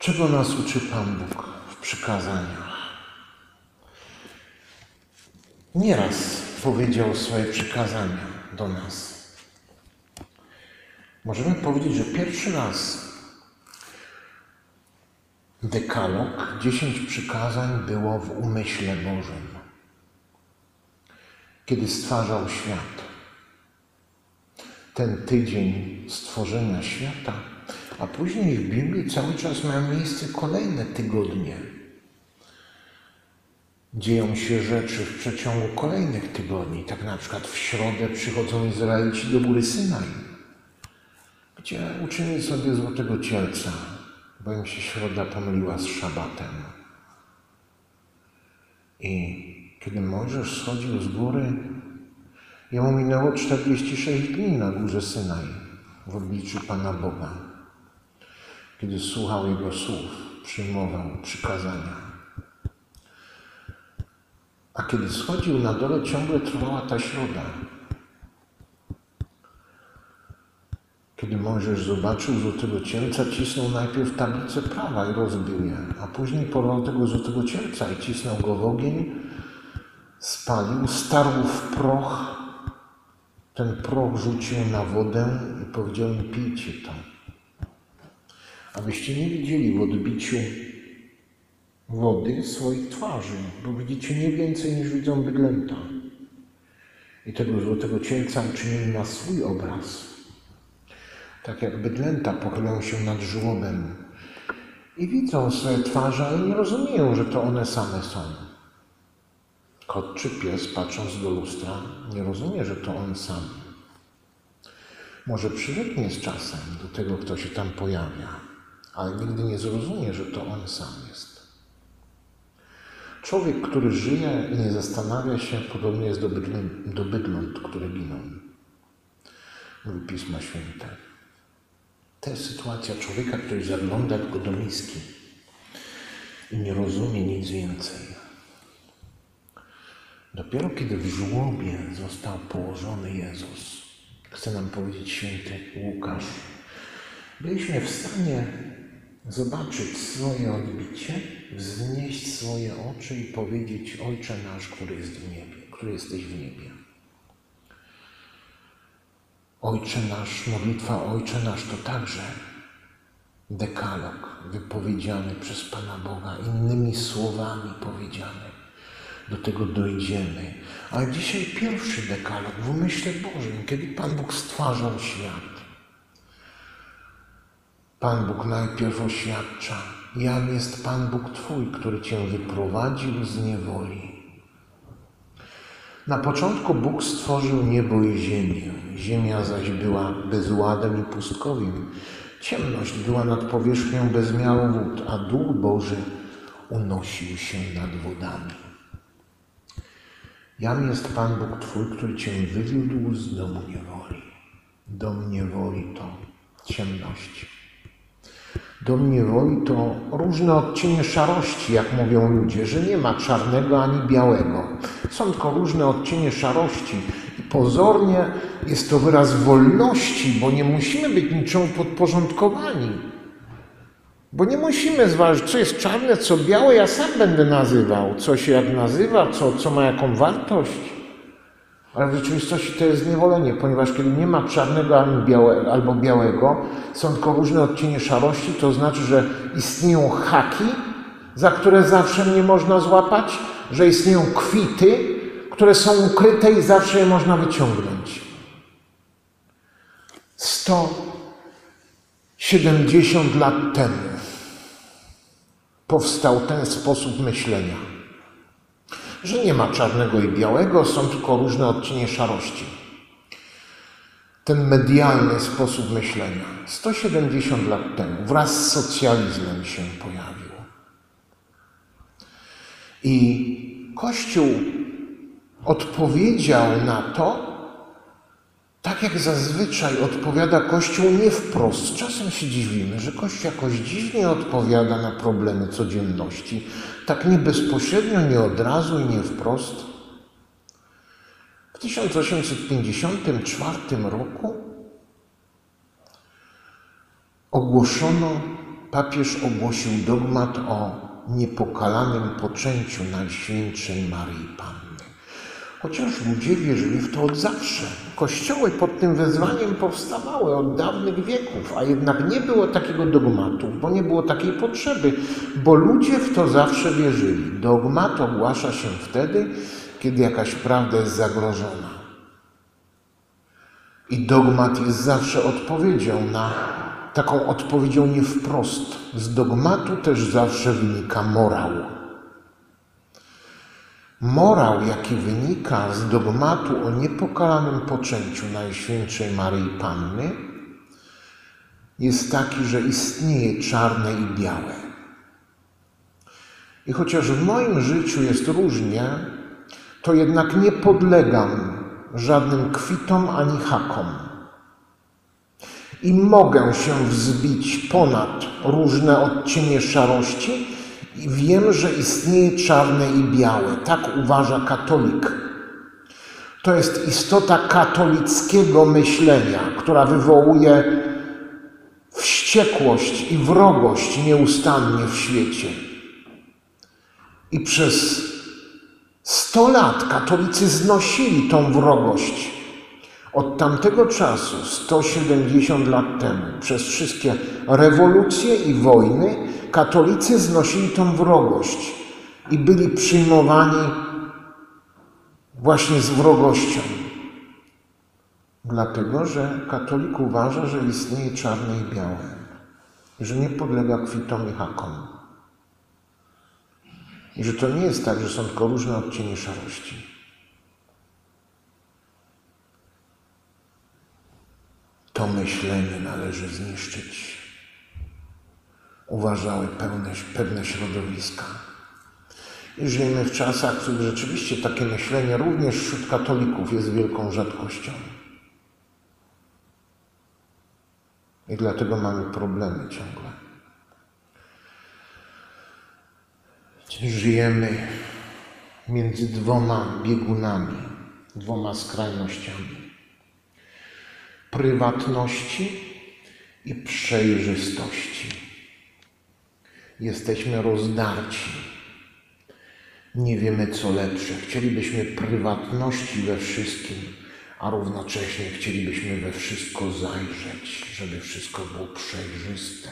Czego nas uczy Pan Bóg w przykazaniach? Nieraz powiedział swoje przykazania do nas. Możemy powiedzieć, że pierwszy raz dekalog, 10 przykazań było w umyśle Bożym, kiedy stwarzał świat. Ten tydzień stworzenia świata, a później w Biblii cały czas mają miejsce kolejne tygodnie. Dzieją się rzeczy w przeciągu kolejnych tygodni. Tak na przykład w środę przychodzą Izraelici do góry Synaj, gdzie uczynili sobie złotego cielca, bo im się środa pomyliła z szabatem. I kiedy Mojżesz schodził z góry, jemu minęło 46 dni na górze Synaj w obliczu Pana Boga. Kiedy słuchał Jego słów, przyjmował przykazania. A kiedy schodził na dole, ciągle trwała ta środa. Kiedy Mojżesz zobaczył złotego cielca, cisnął najpierw tablicę prawa i rozbił je, a później porwał tego złotego cielca i cisnął go w ogień, spalił, starł w proch, ten proch rzucił na wodę i powiedział im: pijcie to, abyście nie widzieli w odbiciu wody swoich twarzy, bo widzicie nie więcej niż widzą bydlęta. I tego złotego cielca uczynili na swój obraz. Tak jak bydlęta pochylą się nad żłobem i widzą swoje twarze, ale nie rozumieją, że to one same są. Kot czy pies, patrząc do lustra, nie rozumie, że to on sam. Może przywyknie z czasem do tego, kto się tam pojawia, ale nigdy nie zrozumie, że to on sam jest. Człowiek, który żyje i nie zastanawia się, podobnie jest do bydląt, które giną. Mówi Pismo Święte. To jest sytuacja człowieka, który zagląda tylko do miski i nie rozumie nic więcej. Dopiero kiedy w żłobie został położony Jezus, chce nam powiedzieć święty Łukasz, byliśmy w stanie zobaczyć swoje odbicie, wznieść swoje oczy i powiedzieć: Ojcze nasz, który jest w niebie, który jesteś w niebie. Ojcze nasz, modlitwa Ojcze nasz to także dekalog wypowiedziany przez Pana Boga, innymi słowami powiedziany. Do tego dojdziemy. Ale dzisiaj pierwszy dekalog w umyśle Bożym, kiedy Pan Bóg stwarzał świat. Pan Bóg najpierw oświadcza: jam jest Pan Bóg Twój, który Cię wyprowadził z niewoli. Na początku Bóg stworzył niebo i ziemię. Ziemia zaś była bezładem i pustkowiem. Ciemność była nad powierzchnią bez miaru wód, a Duch Boży unosił się nad wodami. Jam jest Pan Bóg Twój, który Cię wywiódł z domu niewoli. Dom niewoli to ciemność. Dom niewoli to różne odcienie szarości, jak mówią ludzie, że nie ma czarnego ani białego. Są tylko różne odcienie szarości i pozornie jest to wyraz wolności, bo nie musimy być niczemu podporządkowani. Bo nie musimy zważyć, co jest czarne, co białe, ja sam będę nazywał, co się jak nazywa, co ma jaką wartość. Ale w rzeczywistości to jest zniewolenie, ponieważ kiedy nie ma czarnego albo białego, są tylko różne odcienie szarości, to znaczy, że istnieją haki, za które zawsze mnie można złapać, że istnieją kwity, które są ukryte i zawsze je można wyciągnąć. 170 lat temu powstał ten sposób myślenia, że nie ma czarnego i białego, są tylko różne odcienie szarości. Ten medialny sposób myślenia 170 lat temu wraz z socjalizmem się pojawił. I Kościół odpowiedział na to, tak jak zazwyczaj odpowiada Kościół nie wprost. Czasem się dziwimy, że Kościół jakoś dziwnie odpowiada na problemy codzienności. Tak nie bezpośrednio, nie od razu i nie wprost. W 1854 roku ogłoszono papież ogłosił dogmat o niepokalanym poczęciu Najświętszej Maryi Panny. Chociaż ludzie wierzyli w to od zawsze. Kościoły pod tym wezwaniem powstawały od dawnych wieków, a jednak nie było takiego dogmatu, bo nie było takiej potrzeby, bo ludzie w to zawsze wierzyli. Dogmat ogłasza się wtedy, kiedy jakaś prawda jest zagrożona. I dogmat jest zawsze odpowiedzią na taką odpowiedzią nie wprost. Z dogmatu też zawsze wynika morał. Morał, jaki wynika z dogmatu o niepokalanym poczęciu Najświętszej Maryi Panny, jest taki, że istnieje czarne i białe. I chociaż w moim życiu jest różnie, to jednak nie podlegam żadnym kwitom ani hakom. I mogę się wzbić ponad różne odcienie szarości i wiem, że istnieje czarne i białe. Tak uważa katolik. To jest istota katolickiego myślenia, która wywołuje wściekłość i wrogość nieustannie w świecie. I przez 100 lat katolicy znosili tą wrogość. Od tamtego czasu, 170 lat temu, przez wszystkie rewolucje i wojny, katolicy znosili tą wrogość i byli przyjmowani właśnie z wrogością. Dlatego, że katolik uważa, że istnieje czarne i białe, że nie podlega kwitom i hakom. I że to nie jest tak, że są tylko różne odcienie szarości. To myślenie należy zniszczyć, uważały pewne środowiska. I żyjemy w czasach, w których rzeczywiście takie myślenie również wśród katolików jest wielką rzadkością. I dlatego mamy problemy ciągle. Żyjemy między dwoma biegunami, dwoma skrajnościami. Prywatności i przejrzystości. Jesteśmy rozdarci. Nie wiemy, co lepsze. Chcielibyśmy prywatności we wszystkim, a równocześnie chcielibyśmy we wszystko zajrzeć, żeby wszystko było przejrzyste.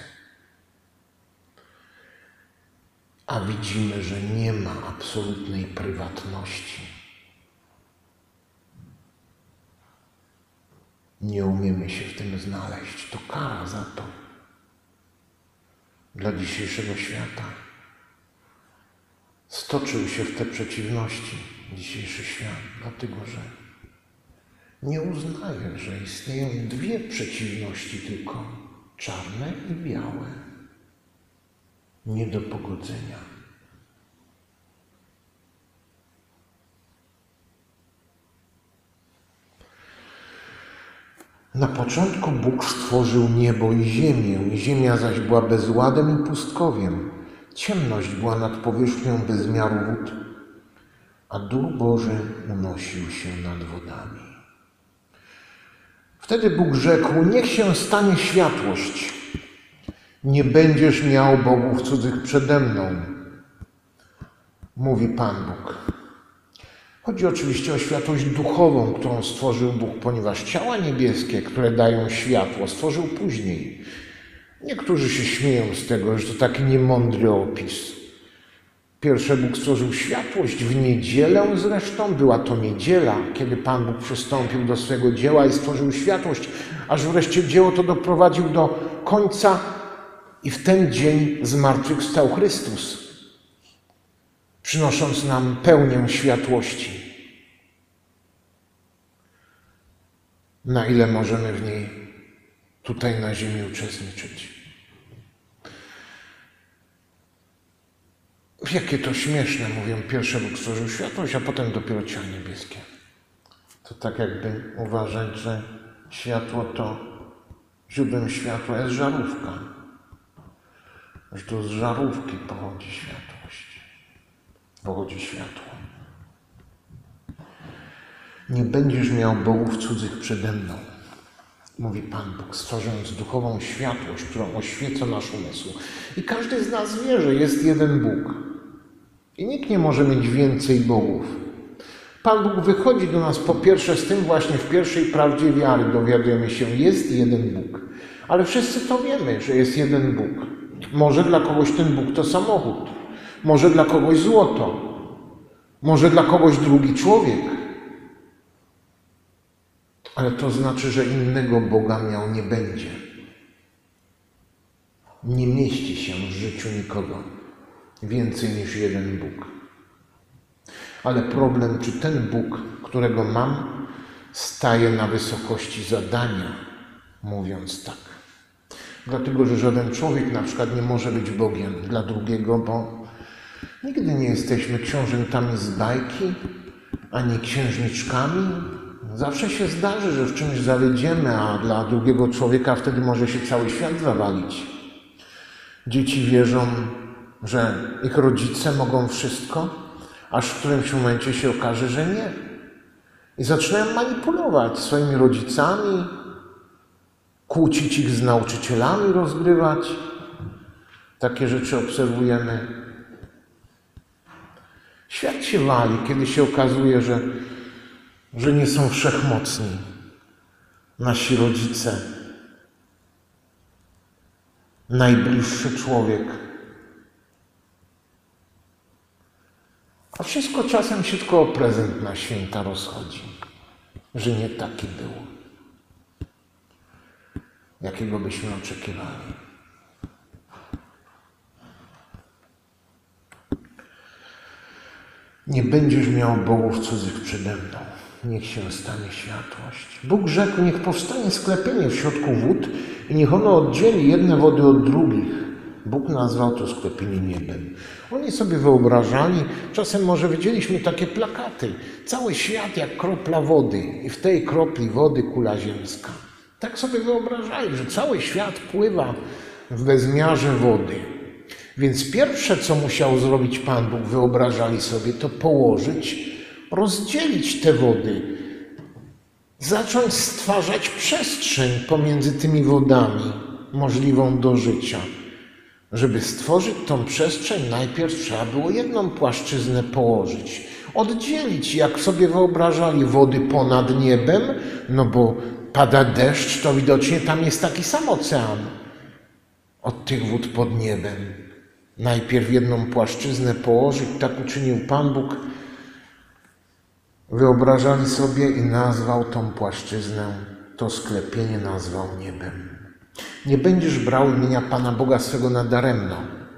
A widzimy, że nie ma absolutnej prywatności. Nie umiemy się w tym znaleźć. To kara za to. Dla dzisiejszego świata. Stoczył się w te przeciwności dzisiejszy świat, dlatego że nie uznaje, że istnieją dwie przeciwności tylko, czarne i białe. Nie do pogodzenia. Na początku Bóg stworzył niebo i ziemię, ziemia zaś była bezładem i pustkowiem. Ciemność była nad powierzchnią bezmiaru wód, a Duch Boży unosił się nad wodami. Wtedy Bóg rzekł: niech się stanie światłość. Nie będziesz miał bogów cudzych przede mną, mówi Pan Bóg. Chodzi oczywiście o światłość duchową, którą stworzył Bóg, ponieważ ciała niebieskie, które dają światło, stworzył później. Niektórzy się śmieją z tego, że to taki niemądry opis. Pierwsze Bóg stworzył światłość w niedzielę zresztą. Była to niedziela, kiedy Pan Bóg przystąpił do swego dzieła i stworzył światłość, aż wreszcie dzieło to doprowadził do końca i w ten dzień zmartwychwstał Chrystus, przynosząc nam pełnię światłości. Na ile możemy w niej tutaj na ziemi uczestniczyć. Jakie to śmieszne, mówią, pierwsze Bóg stworzył światłość, a potem dopiero ciało niebieskie. To tak jakby uważać, że światło to źródłem światła jest żarówka. Że to z żarówki pochodzi światłość. Pochodzi światło. Nie będziesz miał bogów cudzych przede mną. mówi Pan Bóg, stwarzając duchową światłość, którą oświeca nasz umysł. I każdy z nas wie, że jest jeden Bóg. I nikt nie może mieć więcej bogów. Pan Bóg wychodzi do nas po pierwsze z tym właśnie w pierwszej prawdzie wiary. Dowiadujemy się, jest jeden Bóg. Ale wszyscy to wiemy, że jest jeden Bóg. Może dla kogoś ten Bóg to samochód. Może dla kogoś złoto. Może dla kogoś drugi człowiek. Ale to znaczy, że innego Boga miał nie będzie. Nie mieści się w życiu nikogo więcej niż jeden Bóg. Ale problem, czy ten Bóg, którego mam, staje na wysokości zadania, mówiąc tak. Dlatego, że żaden człowiek na przykład nie może być Bogiem dla drugiego, bo nigdy nie jesteśmy książętami z bajki, ani księżniczkami. Zawsze się zdarzy, że w czymś zawiedziemy, a dla drugiego człowieka wtedy może się cały świat zawalić. Dzieci wierzą, że ich rodzice mogą wszystko, aż w którymś momencie się okaże, że nie. I zaczynają manipulować swoimi rodzicami, kłócić ich z nauczycielami, rozgrywać. Takie rzeczy obserwujemy. Świat się wali, kiedy się okazuje, że nie są wszechmocni nasi rodzice, najbliższy człowiek. A wszystko czasem się tylko o prezent na święta rozchodzi, że nie taki był, jakiego byśmy oczekiwali. Nie będziesz miał bogów cudzych przede mną, niech się stanie światłość. Bóg rzekł, niech powstanie sklepienie w środku wód i niech ono oddzieli jedne wody od drugich. Bóg nazwał to sklepienie niebem. Oni sobie wyobrażali, czasem może widzieliśmy takie plakaty, cały świat jak kropla wody i w tej kropli wody kula ziemska. Tak sobie wyobrażali, że cały świat pływa w bezmiarze wody. Więc pierwsze, co musiał zrobić Pan Bóg, wyobrażali sobie, to położyć, rozdzielić te wody, zacząć stwarzać przestrzeń pomiędzy tymi wodami możliwą do życia. Żeby stworzyć tą przestrzeń, najpierw trzeba było jedną płaszczyznę położyć, oddzielić, jak sobie wyobrażali, wody ponad niebem, no bo pada deszcz, to widocznie tam jest taki sam ocean od tych wód pod niebem. Najpierw jedną płaszczyznę położyć, tak uczynił Pan Bóg. Wyobrażali sobie i nazwał tą płaszczyznę, to sklepienie nazwał niebem. Nie będziesz brał imienia Pana Boga swego nadaremno.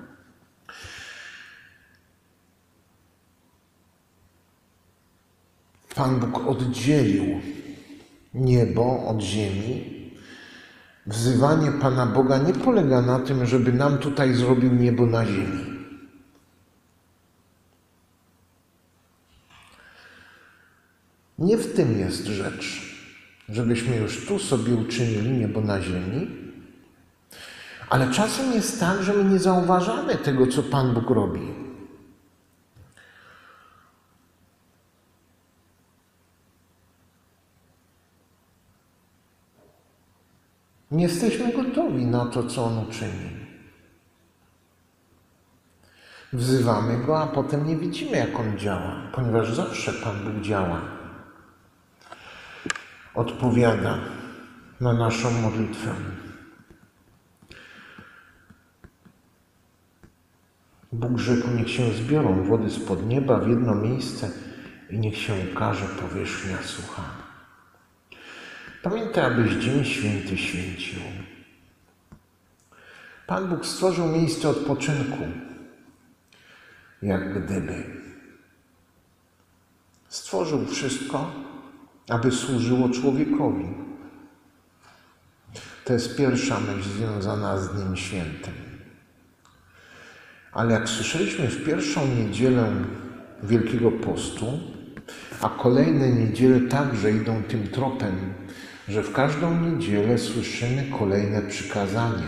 Pan Bóg oddzielił niebo od ziemi. Wzywanie Pana Boga nie polega na tym, żeby nam tutaj zrobił niebo na ziemi. Nie w tym jest rzecz, żebyśmy już tu sobie uczynili niebo na ziemi, ale czasem jest tak, że my nie zauważamy tego, co Pan Bóg robi. Nie jesteśmy gotowi na to, co On uczyni. Wzywamy Go, a potem nie widzimy, jak On działa, ponieważ zawsze Pan Bóg działa. Odpowiada na naszą modlitwę. Bóg rzekł, niech się zbiorą wody spod nieba w jedno miejsce i niech się ukaże powierzchnia sucha. Pamiętaj, abyś dzień święty święcił. Pan Bóg stworzył miejsce odpoczynku, jak gdyby. Stworzył wszystko, aby służyło człowiekowi. To jest pierwsza myśl związana z Dniem Świętym. Ale jak słyszeliśmy w pierwszą niedzielę Wielkiego Postu, a kolejne niedziele także idą tym tropem, że w każdą niedzielę słyszymy kolejne przykazanie.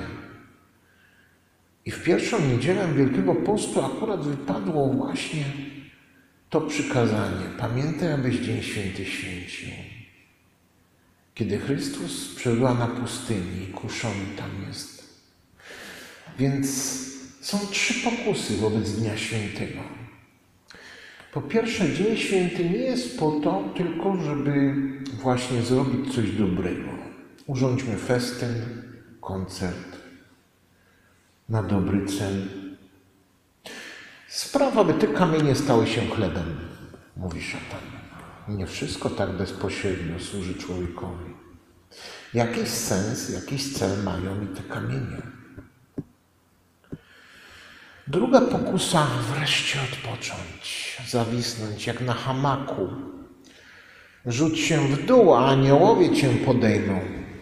I w pierwszą niedzielę Wielkiego Postu akurat wypadło właśnie to przykazanie. Pamiętaj, abyś Dzień Święty święcił. kiedy Chrystus przebywa na pustyni i kuszony tam jest. Więc są 3 pokusy wobec Dnia Świętego. Po pierwsze, Dzień Święty nie jest po to tylko, żeby właśnie zrobić coś dobrego. Urządźmy festyn, koncert na dobry cel. Sprawa, by te kamienie stały się chlebem, mówi szatan. Nie wszystko tak bezpośrednio służy człowiekowi. Jakiś sens, jakiś cel mają i te kamienie. Druga pokusa, wreszcie odpocząć, zawisnąć jak na hamaku. Rzuć się w dół, a aniołowie cię podejmą.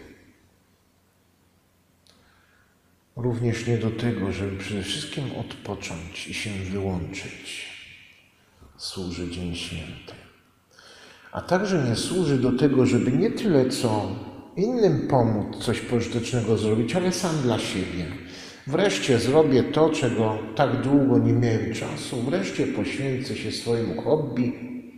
Również nie do tego, żeby przede wszystkim odpocząć i się wyłączyć, służy Dzień Święty. A także nie służy do tego, żeby nie tyle co innym pomóc coś pożytecznego zrobić, ale sam dla siebie. Wreszcie zrobię to, czego tak długo nie miałem czasu. Wreszcie poświęcę się swojemu hobby.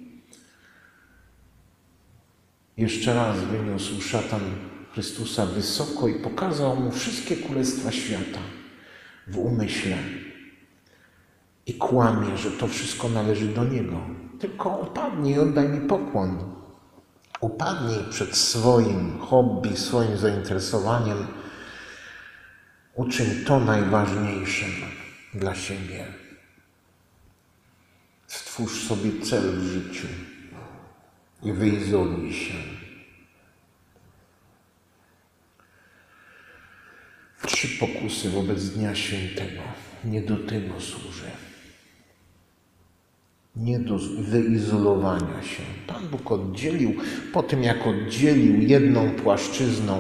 Jeszcze raz wyniósł szatan Chrystusa wysoko i pokazał mu wszystkie królestwa świata w umyśle. I kłamie, że to wszystko należy do niego. Tylko upadnij i oddaj mi pokłon. Upadnij przed swoim hobby, swoim zainteresowaniem. Uczyń to najważniejszym dla siebie. Stwórz sobie cel w życiu i wyizoluj się. 3 pokusy wobec Dnia Świętego. Nie do tego służy. Nie do wyizolowania się. Pan Bóg oddzielił, po tym jak oddzielił jedną płaszczyzną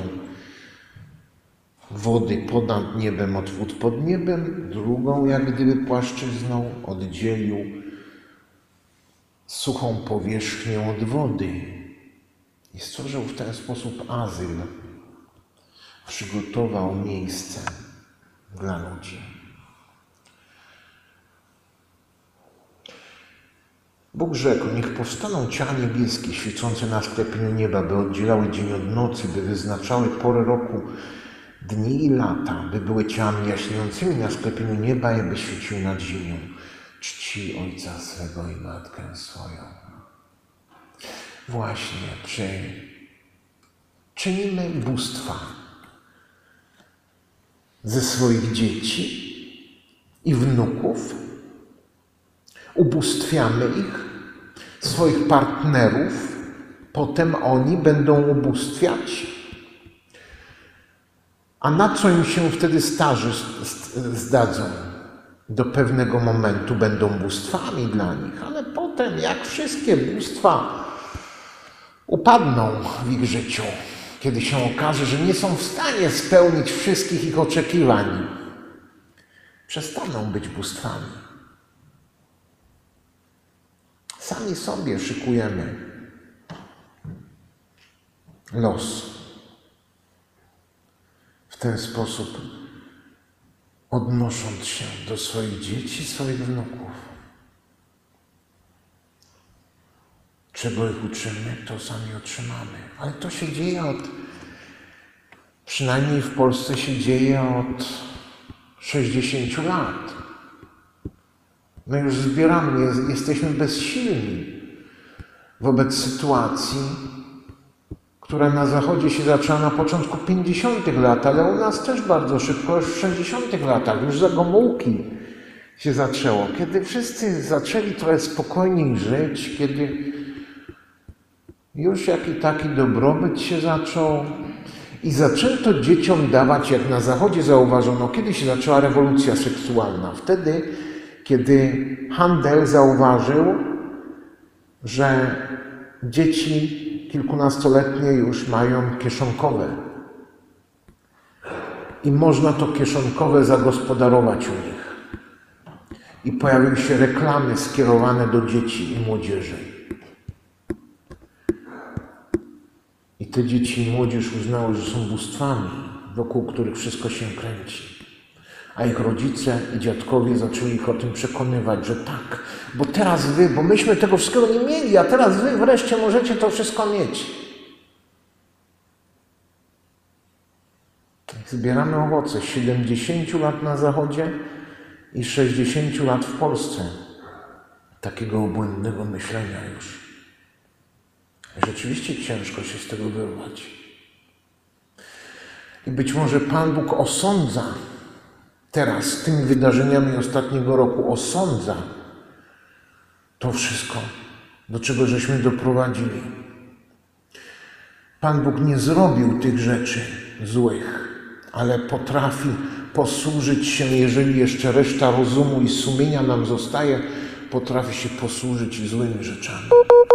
wody ponad niebem od wód pod niebem, drugą jak gdyby płaszczyzną oddzielił suchą powierzchnię od wody i stworzył w ten sposób azyl. Przygotował miejsce dla ludzi. Bóg rzekł, niech powstaną ciała niebieskie, świecące na sklepieniu nieba, by oddzielały dzień od nocy, by wyznaczały porę roku, dni i lata, by były ciałami jaśniejącymi na sklepieniu nieba i by świeciły nad ziemią. Czci ojca swego i matkę swoją. Właśnie, czy czynimy bóstwa ze swoich dzieci i wnuków? Ubóstwiamy ich, swoich partnerów, potem oni będą ubóstwiać. A na co im się wtedy starzy zdadzą? Do pewnego momentu będą bóstwami dla nich, ale potem, jak wszystkie bóstwa upadną w ich życiu, kiedy się okaże, że nie są w stanie spełnić wszystkich ich oczekiwań, przestaną być bóstwami. Sami sobie szykujemy los. W ten sposób odnosząc się do swoich dzieci, swoich wnuków. Czego ich uczymy, to sami otrzymamy. Ale to się dzieje przynajmniej w Polsce się dzieje od 60 lat. My już zbieramy, jesteśmy bezsilni wobec sytuacji, która na Zachodzie się zaczęła na początku 50. lat, ale u nas też bardzo szybko, już w 60. latach, już za Gomułki się zaczęło. Kiedy wszyscy zaczęli trochę spokojniej żyć, kiedy już taki dobrobyt się zaczął i zaczęto dzieciom dawać, jak na Zachodzie zauważono, kiedy się zaczęła rewolucja seksualna. Wtedy, kiedy Handel zauważył, że dzieci kilkunastoletnie już mają kieszonkowe i można to kieszonkowe zagospodarować u nich. I pojawiły się reklamy skierowane do dzieci i młodzieży. I te dzieci i młodzież uznały, że są bóstwami, wokół których wszystko się kręci. A ich rodzice i dziadkowie zaczęli ich o tym przekonywać, że tak, bo teraz wy, bo myśmy tego wszystkiego nie mieli, a teraz wy wreszcie możecie to wszystko mieć. Zbieramy owoce 70 lat na Zachodzie i 60 lat w Polsce. Takiego obłędnego myślenia już. Rzeczywiście ciężko się z tego wyrwać. I być może Pan Bóg osądza teraz z tymi wydarzeniami ostatniego roku, osądza to wszystko, do czego żeśmy doprowadzili. Pan Bóg nie zrobił tych rzeczy złych, ale potrafi posłużyć się, jeżeli jeszcze reszta rozumu i sumienia nam zostaje, potrafi się posłużyć złymi rzeczami.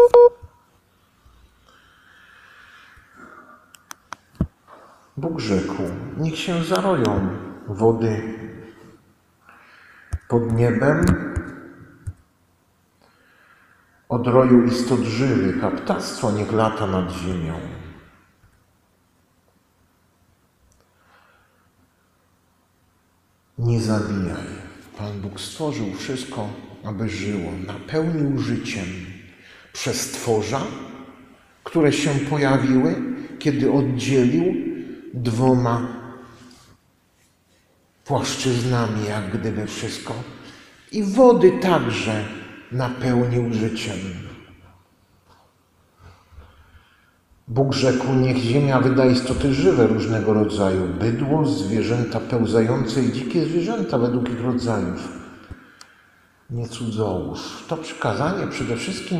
Bóg rzekł, niech się zaroją wody pod niebem, od roju istot żywych, a ptactwo niech lata nad ziemią. Nie zabijaj. Pan Bóg stworzył wszystko, aby żyło. Napełnił życiem przez stworza, które się pojawiły, kiedy oddzielił dwoma płaszczyznami, jak gdyby wszystko. I wody także napełnił życiem. Bóg rzekł, niech ziemia wyda istoty żywe różnego rodzaju, bydło, zwierzęta pełzające i dzikie zwierzęta według ich rodzajów. Nie cudzołóż. To przykazanie przede wszystkim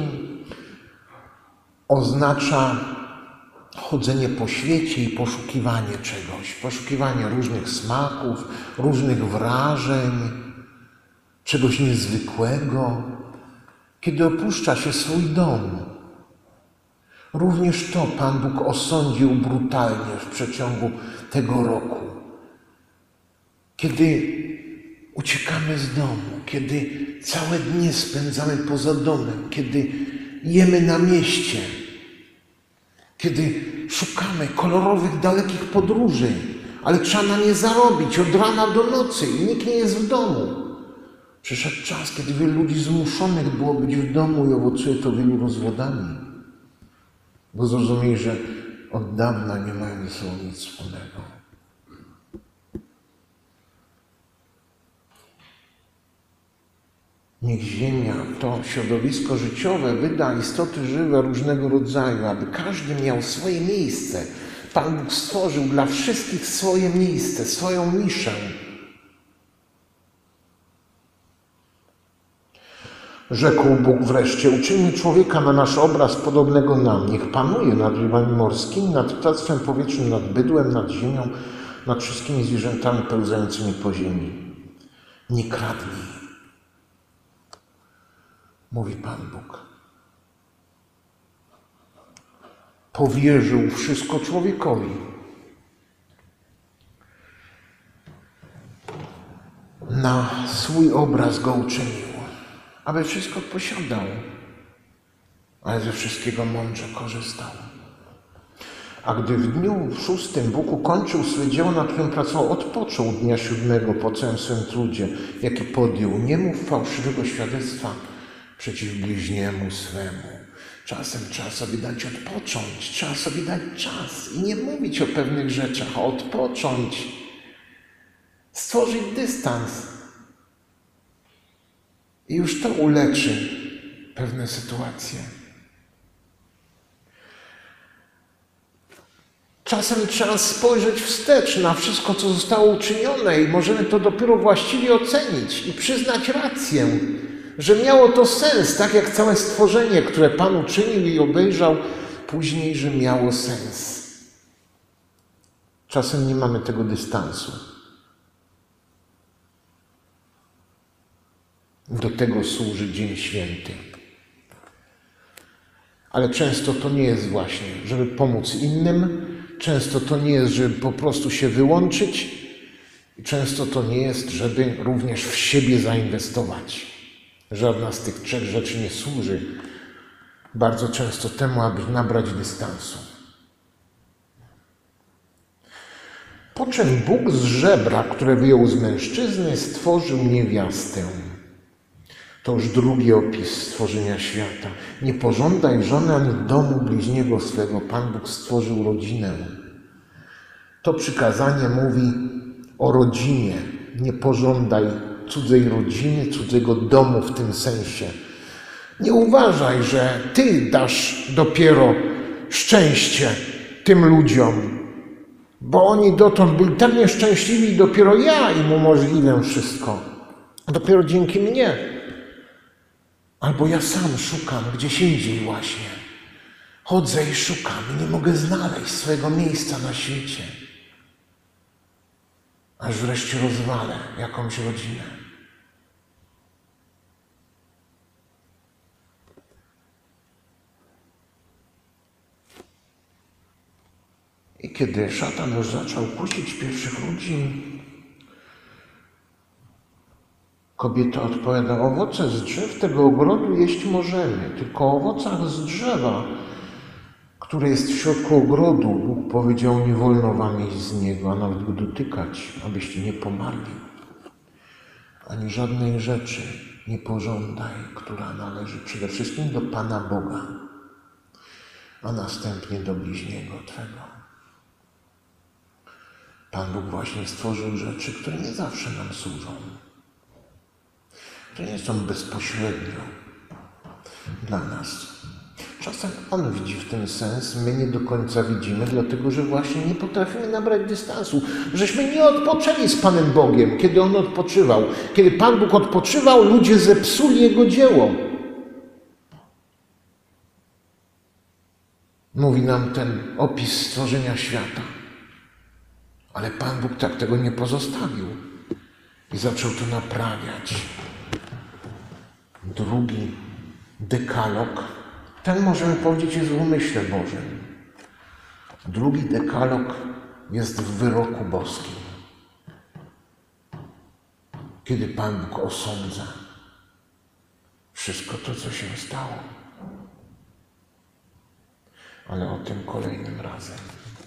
oznacza chodzenie po świecie i poszukiwanie czegoś, poszukiwanie różnych smaków, różnych wrażeń, czegoś niezwykłego, kiedy opuszcza się swój dom. Również to Pan Bóg osądził brutalnie w przeciągu tego roku. Kiedy uciekamy z domu, kiedy całe dnie spędzamy poza domem, kiedy jemy na mieście, kiedy szukamy kolorowych, dalekich podróży, ale trzeba na nie zarobić od rana do nocy i nikt nie jest w domu. Przyszedł czas, kiedy wielu ludzi zmuszonych było być w domu i owocuje to wielu rozwodami, bo zrozumieli, że od dawna nie mają ze sobą nic wspólnego. Niech ziemia, to środowisko życiowe, wyda istoty żywe różnego rodzaju, aby każdy miał swoje miejsce. Pan Bóg stworzył dla wszystkich swoje miejsce, swoją niszę. Rzekł Bóg wreszcie, uczyńmy człowieka na nasz obraz podobnego nam. Niech panuje nad rybami morskimi, nad ptactwem powietrznym, nad bydłem, nad ziemią, nad wszystkimi zwierzętami pełzającymi po ziemi. Nie kradnij, mówi Pan Bóg. Powierzył wszystko człowiekowi. Na swój obraz go uczynił, aby wszystko posiadał, ale ze wszystkiego mądrze korzystał. A gdy w dniu 6 Bóg ukończył swe dzieło, nad którym pracował, odpoczął dnia 7 po całym swym trudzie, jaki podjął. Nie mów fałszywego świadectwa przeciw bliźniemu swemu. Czasem trzeba sobie dać odpocząć, trzeba sobie dać czas i nie mówić o pewnych rzeczach, a odpocząć, stworzyć dystans. I już to uleczy pewne sytuacje. Czasem trzeba spojrzeć wstecz na wszystko, co zostało uczynione i możemy to dopiero właściwie ocenić i przyznać rację, że miało to sens, tak jak całe stworzenie, które Pan uczynił i obejrzał później, że miało sens. Czasem nie mamy tego dystansu. Do tego służy Dzień Święty. Ale często to nie jest właśnie, żeby pomóc innym, często to nie jest, żeby po prostu się wyłączyć i często to nie jest, żeby również w siebie zainwestować. Żadna z tych trzech rzeczy nie służy bardzo często temu, aby nabrać dystansu. Po czym Bóg z żebra, które wyjął z mężczyzny, stworzył niewiastę. To już drugi opis stworzenia świata. Nie pożądaj żony ani domu bliźniego swego. Pan Bóg stworzył rodzinę. To przykazanie mówi o rodzinie. Nie pożądaj cudzej rodziny, cudzego domu w tym sensie. Nie uważaj, że ty dasz dopiero szczęście tym ludziom, bo oni dotąd byli tak nieszczęśliwi i dopiero ja im umożliwię wszystko. Dopiero dzięki mnie. Albo ja sam szukam gdzieś indziej właśnie. Chodzę i szukam i nie mogę znaleźć swojego miejsca na świecie. Aż wreszcie rozwalę jakąś rodzinę. I kiedy szatan już zaczął kusić pierwszych ludzi, kobieta odpowiada: owoce z drzew tego ogrodu jeść możemy, tylko o owocach z drzewa, które jest w środku ogrodu, Bóg powiedział: nie wolno wam jeść z niego, a nawet go dotykać, abyście nie pomarli. Ani żadnej rzeczy nie pożądaj, która należy przede wszystkim do Pana Boga, a następnie do bliźniego twego. Pan Bóg właśnie stworzył rzeczy, które nie zawsze nam służą, które nie są bezpośrednio dla nas. Czasem On widzi w tym sens, my nie do końca widzimy, dlatego że właśnie nie potrafimy nabrać dystansu. Żeśmy nie odpoczęli z Panem Bogiem, kiedy On odpoczywał. Kiedy Pan Bóg odpoczywał, ludzie zepsuli Jego dzieło. Mówi nam ten opis stworzenia świata. Ale Pan Bóg tak tego nie pozostawił i zaczął to naprawiać. Drugi dekalog, ten możemy powiedzieć jest w umyśle Bożym. Drugi dekalog jest w wyroku boskim. Kiedy Pan Bóg osądza wszystko to, co się stało. Ale o tym kolejnym razem.